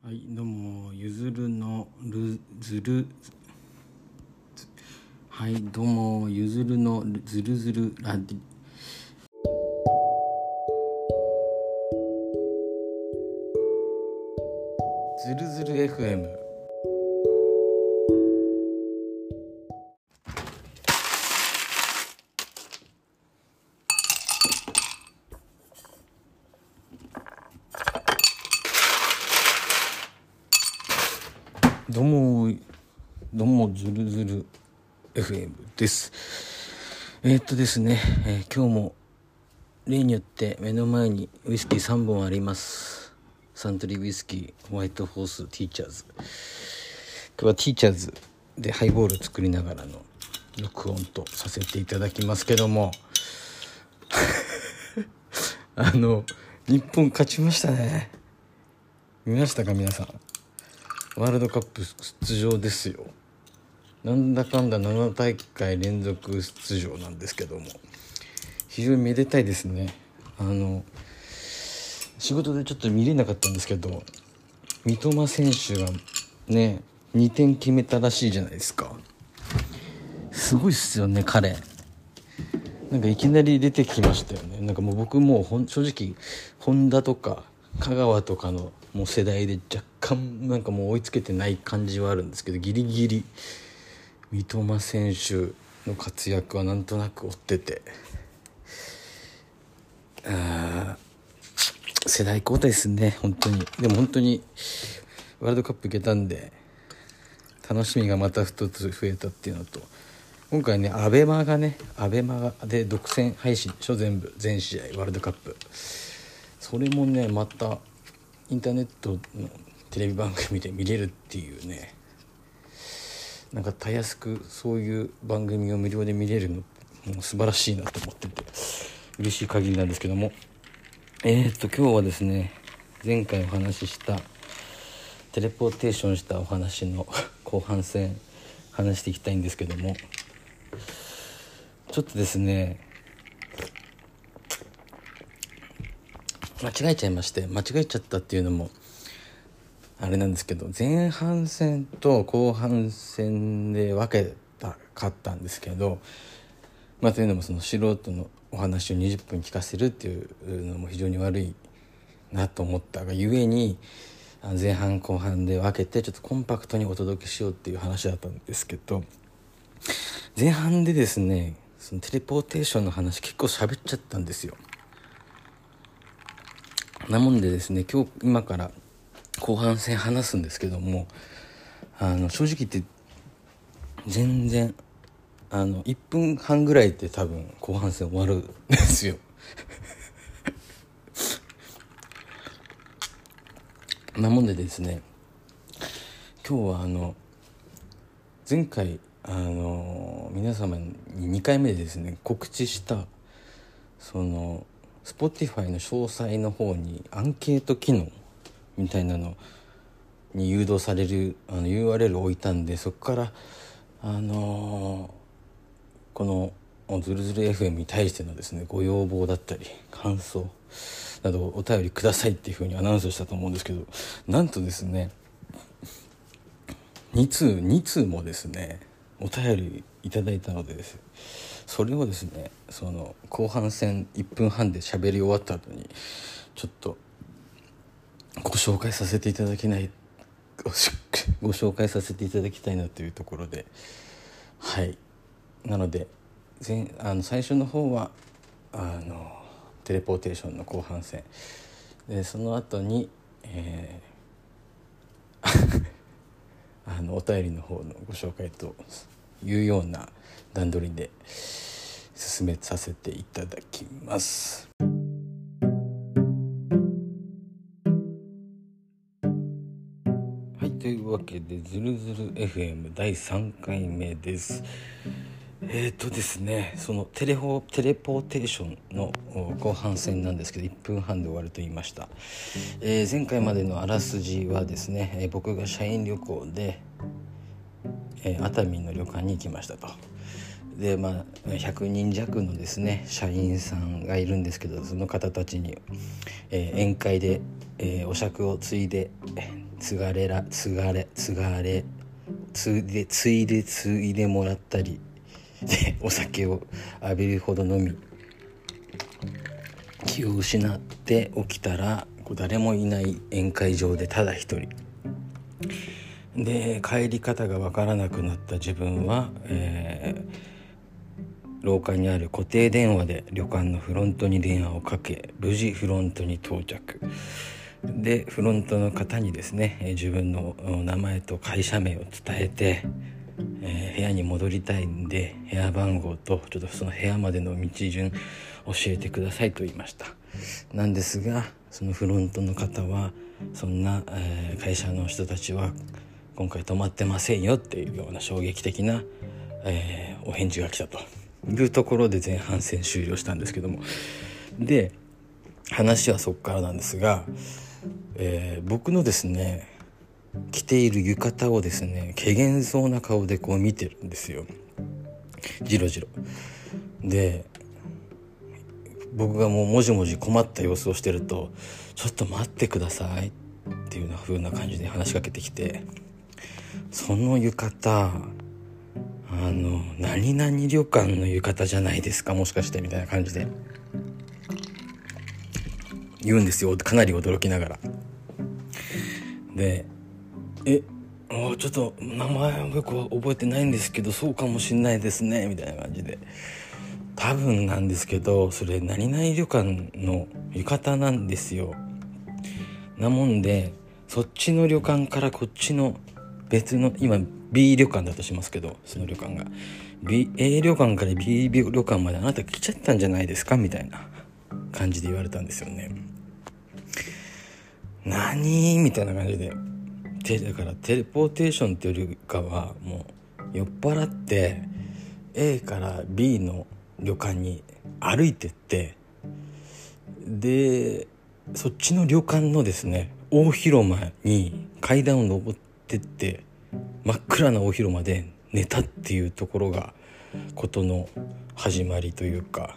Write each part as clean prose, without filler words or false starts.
はい、どうもゆずるのるずるはいどうもゆずるのずるずるラディずるずる FM。 どうもずるずる FM です。ですね、今日も例によって目の前にウイスキー3本あります。サントリーウイスキーホワイトホースティーチャーズ。今日はティーチャーズでハイボール作りながらの録音とさせていただきますけども日本勝ちましたね。見ましたか皆さん。ワールドカップ出場ですよ。なんだかんだ7大会連続出場なんですけども、非常にめでたいですね。仕事でちょっと見れなかったんですけど、三笘選手がね2点決めたらしいじゃないですか。すごいっすよね彼。なんかいきなり出てきましたよね。なんかもう僕も正直本田とか香川とかのもう世代で若干なんかもう追いつけてない感じはあるんですけど、ギリギリ三笘選手の活躍はなんとなく追ってて、世代交代ですね本当に。でも本当にワールドカップ行けたんで楽しみがまた一つ増えたっていうのと、今回ねアベマで独占配信でしょ、全試合ワールドカップ。それもねまたインターネットのテレビ番組で見れるっていうね、なんかたやすくそういう番組を無料で見れるのもう素晴らしいなと思ってて嬉しい限りなんですけども、今日はですね、前回お話ししたテレポーテーションしたお話の後半戦話していきたいんですけども、ちょっとですね間違えちゃったっていうのもあれなんですけど、前半戦と後半戦で分けたかったんですけど、というのもその素人のお話を20分聞かせるっていうのも非常に悪いなと思ったがゆえに、前半後半で分けてちょっとコンパクトにお届けしようっていう話だったんですけど、前半でですねそのテレポーテーションの話結構喋っちゃったんですよ。なもんでですね、今から後半戦話すんですけども、正直言って全然1分半ぐらいで多分後半戦終わるんですよなもんでですね、今日は前回皆様に2回目でですね告知したその Spotify の詳細の方にアンケート機能みたいなのに誘導されるURL を置いたんで、そこからこのずるずる FM に対してのですねご要望だったり感想などお便りくださいっていう風にアナウンスしたと思うんですけど、なんとですね2通もですねお便りいただいたのでです、それをですねその後半戦1分半で喋り終わった後にちょっとご紹介させていただきたいなというところで、はいなので最初の方はテレポーテーションの後半戦で、その後に、お便りの方のご紹介というような段取りで進めさせていただきます。はい、というわけでずるずる FM 第3回目です。ですね、そのテレポーテーションの後半戦なんですけど1分半で終わると言いました。前回までのあらすじはですね、僕が社員旅行で、熱海の旅館に行きましたと。で100人弱のですね社員さんがいるんですけど、その方たちに、宴会で、お酌をついで継いでもらったりで、お酒を浴びるほど飲み、気を失って起きたら誰もいない宴会場でただ一人で、帰り方が分からなくなった自分は、廊下にある固定電話で旅館のフロントに電話をかけ、無事フロントに到着で、フロントの方にですね、自分の名前と会社名を伝えて、部屋に戻りたいんで部屋番号とちょっとその部屋までの道順教えてくださいと言いました。なんですが、そのフロントの方はそんな、会社の人たちは今回泊まってませんよっていうような衝撃的な、お返事が来たというところで前半戦終了したんですけども、で話はそこからなんですが、僕のですね着ている浴衣をですね、怪訝そうな顔でこう見てるんですよ、じろじろで、僕がもうもじもじ困った様子をしてると、ちょっと待ってくださいっていう風な感じで話しかけてきて、その浴衣何々旅館の浴衣じゃないですか、もしかしてみたいな感じで言うんですよ、かなり驚きながら。で、ちょっと名前はよく覚えてないんですけど、そうかもしんないですねみたいな感じで、多分なんですけど、それ何々旅館の浴衣なんですよ。なもんで、そっちの旅館からこっちの別の、今 B 旅館だとしますけど、その旅館が A 旅館から B 旅館まであなた来ちゃったんじゃないですかみたいな感じで言われたんですよね。何みたいな感じで、だからテレポーテーションっていうよりかは、もう酔っ払って A から B の旅館に歩いてって、でそっちの旅館のですね大広間に階段を登ってって、真っ暗な大広間で寝たっていうところがことの始まりというか、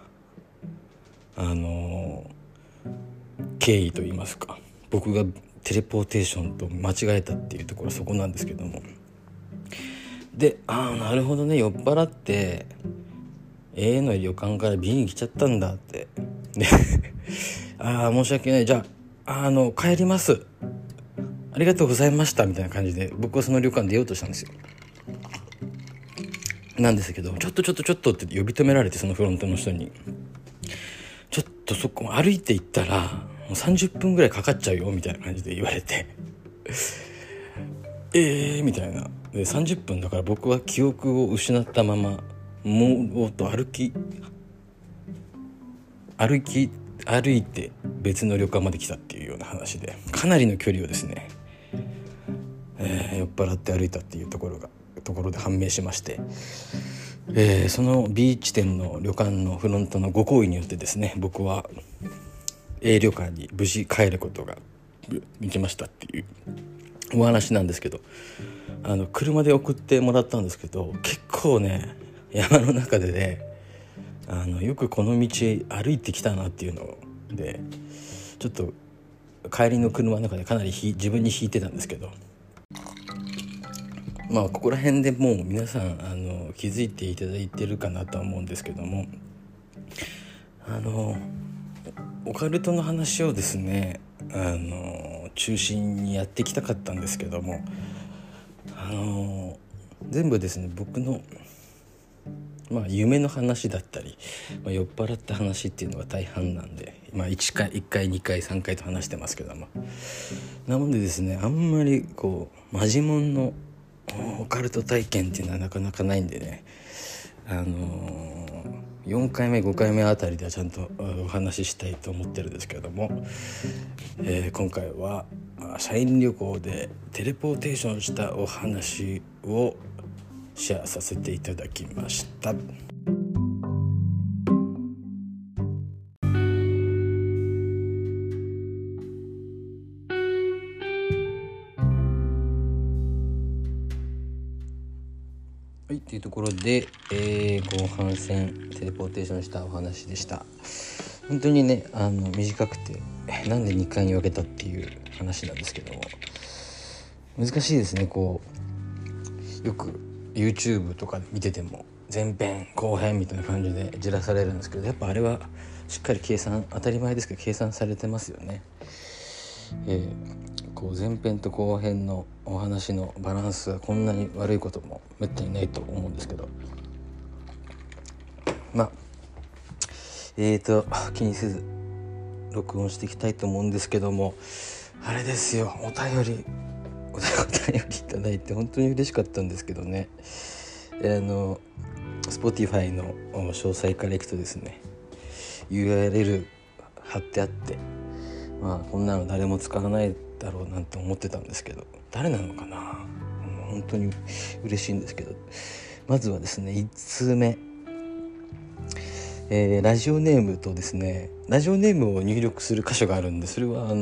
経緯といいますか、僕がテレポーテーションと間違えたっていうところはそこなんですけども、で、なるほどね、酔っ払って A の旅館から B に来ちゃったんだってで申し訳ない、じゃあ帰ります、ありがとうございましたみたいな感じで、僕はその旅館出ようとしたんですよ。なんですけど、ちょっとって呼び止められて、そのフロントの人に、ちょっとそこ歩いて行ったらもう30分ぐらいかかっちゃうよみたいな感じで言われてみたいな。で30分だから、僕は記憶を失ったままもうと歩いて別の旅館まで来たっていうような話で、かなりの距離をですね、酔っ払って歩いたっていうところで判明しまして、その B 地点の旅館のフロントのご厚意によってですね、僕は A 旅館に無事帰ることができましたっていうお話なんですけど、車で送ってもらったんですけど、結構ね山の中でね、よくこの道歩いてきたなっていうので、ちょっと帰りの車の中でかなり自分に引いてたんですけど、ここら辺でもう皆さん気づいていただいてるかなとは思うんですけども、オカルトの話をですね中心にやっていきたかったんですけども、全部ですね僕の夢の話だったり、酔っ払った話っていうのが大半なんで、1回2回3回と話してますけども、なのでですね、あんまりこうマジモンのオカルト体験っていうのはなかなかないんでね、4回目5回目あたりではちゃんとお話ししたいと思ってるんですけれども、今回は社員旅行でテレポーテーションしたお話をシェアさせていただきました。はい、というところで、後半戦テレポーテーションしたお話でした。本当にね短くてなんで2回に分けたっていう話なんですけども、 難しいですね。こうよく YouTube とかで見てても前編後編みたいな感じでじらされるんですけど、やっぱあれはしっかり計算、当たり前ですけど計算されてますよね。こう前編と後編のお話のバランスはこんなに悪いこともめったにないと思うんですけど、気にせず録音していきたいと思うんですけども、あれですよ、お便りいただいて本当に嬉しかったんですけどね。Spotify の詳細からいくとですね、 URL 貼ってあって、こんなの誰も使わないだろうなんて思ってたんですけど、誰なのかな。本当に嬉しいんですけど、まずはですね、1通目、ラジオネームとですね、ラジオネームを入力する箇所があるんで、それは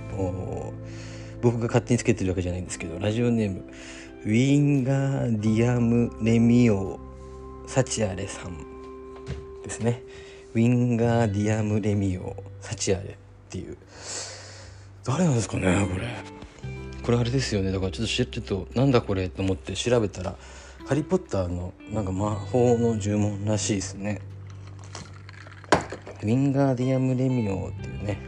僕が勝手につけてるわけじゃないんですけど、ラジオネームウィンガーディアムレミオサチアレさんですね。ウィンガーディアムレミオサチアレっていう、誰なんですかねこれあれですよね。だからちょっとなんだこれと思って調べたら、ハリーポッターのなんか魔法の呪文らしいですね。ウィンガーディアムレミオっていうね。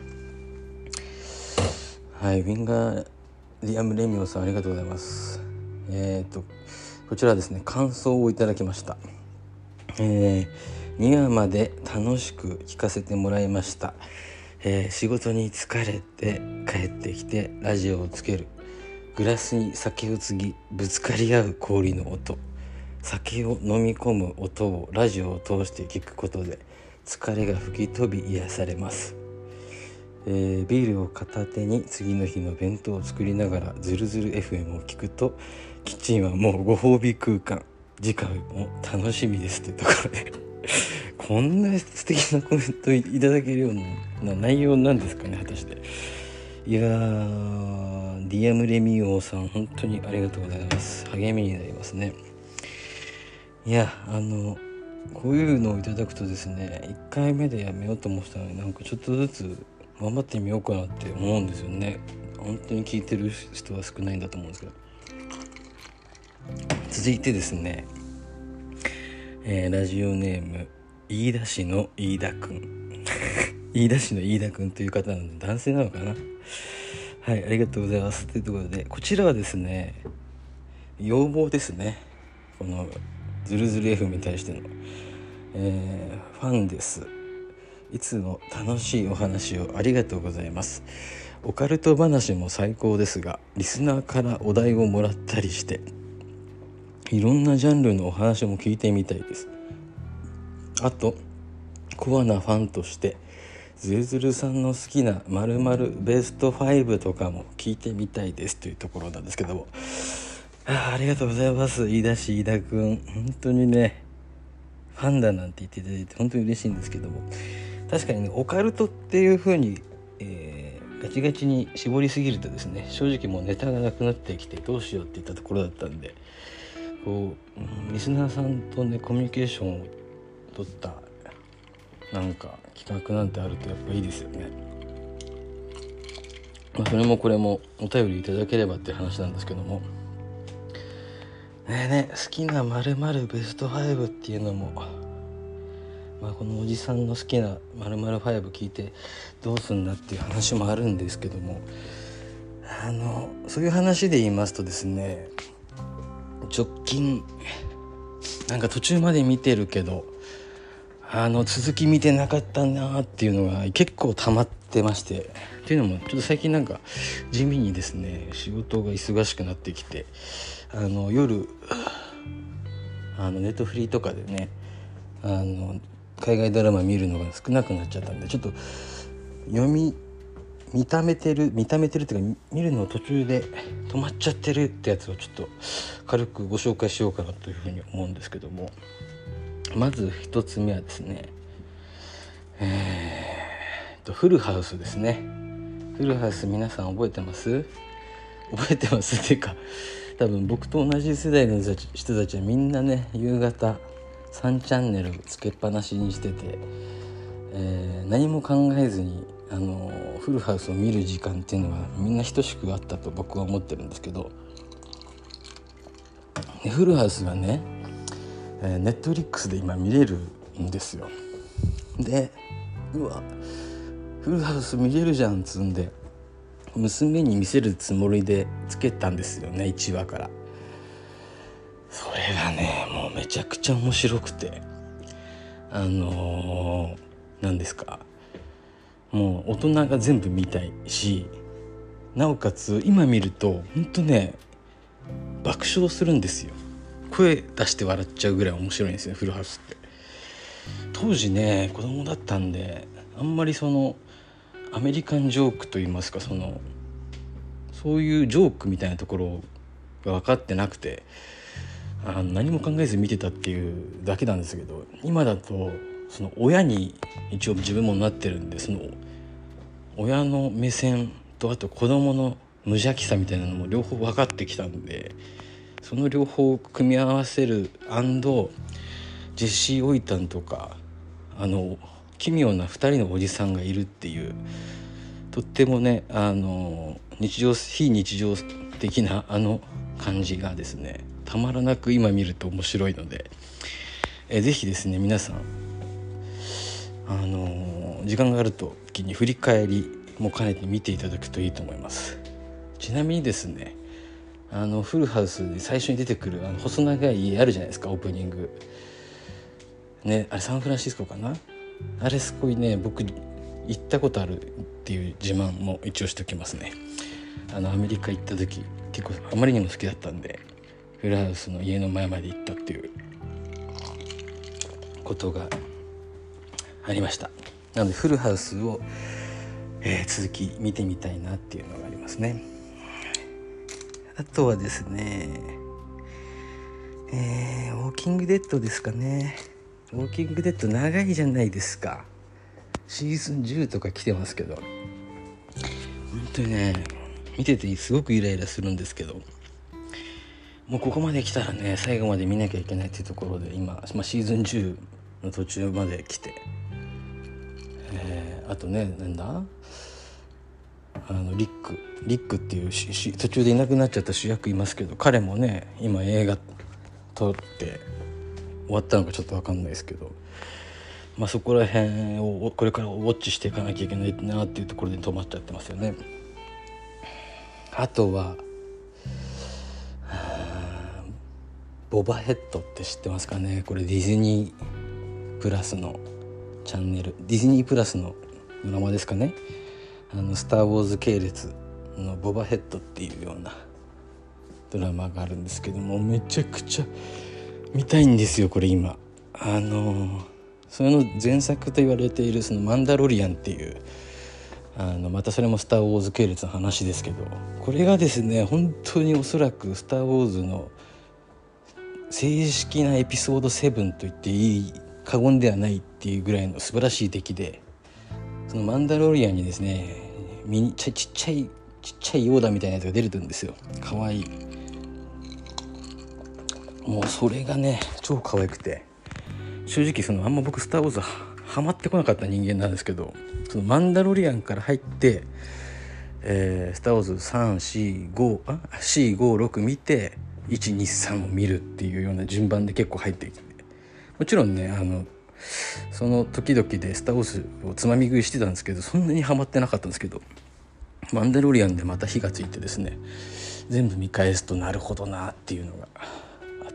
はい、ウィンガーディアムレミオさん、ありがとうございます。こちらですね、感想をいただきました。2話まで楽しく聞かせてもらいました。仕事に疲れて帰ってきてラジオをつける、グラスに酒を継ぎぶつかり合う氷の音、酒を飲み込む音をラジオを通して聞くことで疲れが吹き飛び癒されます。ビールを片手に次の日の弁当を作りながらズルズル FM を聞くと、キッチンはもうご褒美空間、次回も楽しみですというところでこんな素敵なコメントいただけるような内容なんですかね、果たして。いやー、ディアムレミオさん、本当にありがとうございます。励みになりますね。いや、こういうのをいただくとですね、1回目でやめようと思ってたのに、なんかちょっとずつ頑張ってみようかなって思うんですよね。本当に聞いてる人は少ないんだと思うんですけど。続いてですね、ラジオネーム飯田市の飯田くん飯田市の飯田くんという方なので男性なのかな。はい、ありがとうございます。というところで、こちらはですね、要望ですね。このズルズル F に対しての、ファンです。いつも楽しいお話をありがとうございます。オカルト話も最高ですが、リスナーからお題をもらったりしていろんなジャンルのお話も聞いてみたいです。あとコアなファンとしてズルズルさんの好きな〇〇ベスト5とかも聞いてみたいですというところなんですけども、ありがとうございます。飯田市飯田くん、本当にね、ファンだなんて言っていただいて本当に嬉しいんですけども、確かにね、オカルトっていう風に、ガチガチに絞りすぎるとですね、正直もうネタがなくなってきてどうしようっていったところだったんで、こうリスナーさんとねコミュニケーションを取ったなんか企画なんてあるとやっぱいいですよね。それもこれもお便りいただければっていう話なんですけどもね、好きな〇〇ベスト5っていうのも、このおじさんの好きな〇〇5聞いてどうすんだっていう話もあるんですけども、そういう話で言いますとですね、直近なんか途中まで見てるけど続き見てなかったなっていうのが結構溜まってまして、っていうのもちょっと最近なんか地味にですね仕事が忙しくなってきて、夜ネットフリーとかでね海外ドラマ見るのが少なくなっちゃったんで、ちょっと見ためてるっていうか見るの途中で止まっちゃってるってやつをちょっと軽くご紹介しようかなというふうに思うんですけども、まず一つ目はですね、フルハウスですね。フルハウス皆さん覚えてますっていうか、多分僕と同じ世代の人たちはみんなね、夕方3チャンネルつけっぱなしにしてて、何も考えずにフルハウスを見る時間っていうのはみんな等しくあったと僕は思ってるんですけど、フルハウスがね、ネットフリックスで今見れるんですよ。で、うわフルハウス見れるじゃんっつんで娘に見せるつもりでつけたんですよね、1話から。それがねもうめちゃくちゃ面白くて、何ですか、もう大人が全部見たいし、なおかつ今見ると本当ね爆笑するんですよ。声出して笑っちゃうぐらい面白いんですよ、フルハウスって。当時ね子供だったんであんまりそのアメリカンジョークといいますか、そういうジョークみたいなところが分かってなくて、何も考えず見てたっていうだけなんですけど、今だとその親に一応自分もなってるんで、その親の目線とあと子供の無邪気さみたいなのも両方分かってきたんで、その両方を組み合わせる&ジェシー・オイタンとか奇妙な2人のおじさんがいるっていう、とってもね非日常的な感じがですねたまらなく今見ると面白いので、ぜひですね皆さん時間がある時に振り返りも兼ねて見ていただくといいと思います。ちなみにですねフルハウスで最初に出てくる細長い家あるじゃないですか、オープニングね、あれサンフランシスコかな、あれすごいね僕行ったことあるっていう自慢も一応しておきますね。アメリカ行った時結構あまりにも好きだったんでフルハウスの家の前まで行ったっていうことがありました。なのでフルハウスを、続き見てみたいなっていうのがありますね。あとはですね、ウォーキングデッドですかね。ウォーキングデッド長いじゃないですか。シーズン10とか来てますけど、本当にね見ててすごくイライラするんですけど、もうここまで来たらね最後まで見なきゃいけないっていうところで今、シーズン10の途中まで来て、あとねなんだリックっていう途中でいなくなっちゃった主役いますけど、彼もね今映画撮って終わったのかちょっと分かんないですけど、そこら辺をこれからウォッチしていかなきゃいけないなっていうところで止まっちゃってますよね。あとはボバヘッドって知ってますかね。これディズニープラスのチャンネル、ディズニープラスのドラマですかね。スターウォーズ系列のボバヘッドっていうようなドラマがあるんですけども、めちゃくちゃ見たいんですよこれ今。それの前作と言われているそのマンダロリアンっていうまたそれもスターウォーズ系列の話ですけど、これがですね本当におそらくスターウォーズの正式なエピソード7と言っていい過言ではないっていうぐらいの素晴らしい出来で、そのマンダロリアンにですねちっちゃいヨーダみたいなやつが出るんですよ。かわいい。もうそれがね超可愛くて、正直あんま僕スターウォーズハマってこなかった人間なんですけど、そのマンダロリアンから入って、スターウォーズ456見て123を見るっていうような順番で結構入ってきて、もちろんねその時々でスターウォーズをつまみ食いしてたんですけど、そんなにハマってなかったんですけど、マンダロリアンでまた火がついてですね全部見返すとなるほどなっていうのがあって、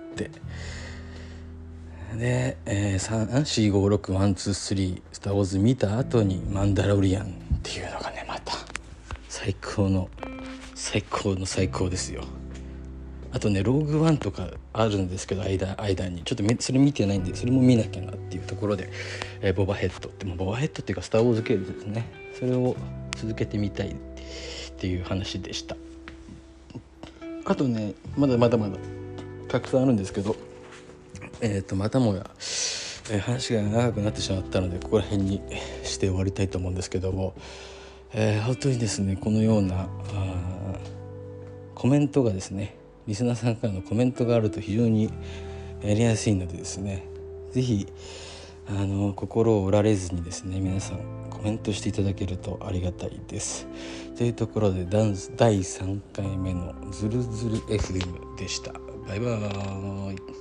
で、45612スターウォーズ見た後にマンダロリアンっていうのがねまた最高の最高ですよ。あとねローグワンとかあるんですけど間にちょっとそれ見てないんでそれも見なきゃなっていうところで、ボバヘッドってボバヘッドっていうかスターウォーズ系列ですね。それを続けてみたいっていう話でした。あとねまだたくさんあるんですけど、またもや、話が長くなってしまったのでここら辺にして終わりたいと思うんですけども、本当にですねこのようなコメントがですねリスナーさんからのコメントがあると非常にやりやすいのでですね、ぜひ心を折られずにですね、皆さんコメントしていただけるとありがたいです。というところで第3回目のズルズル FM でした。バイバーイ。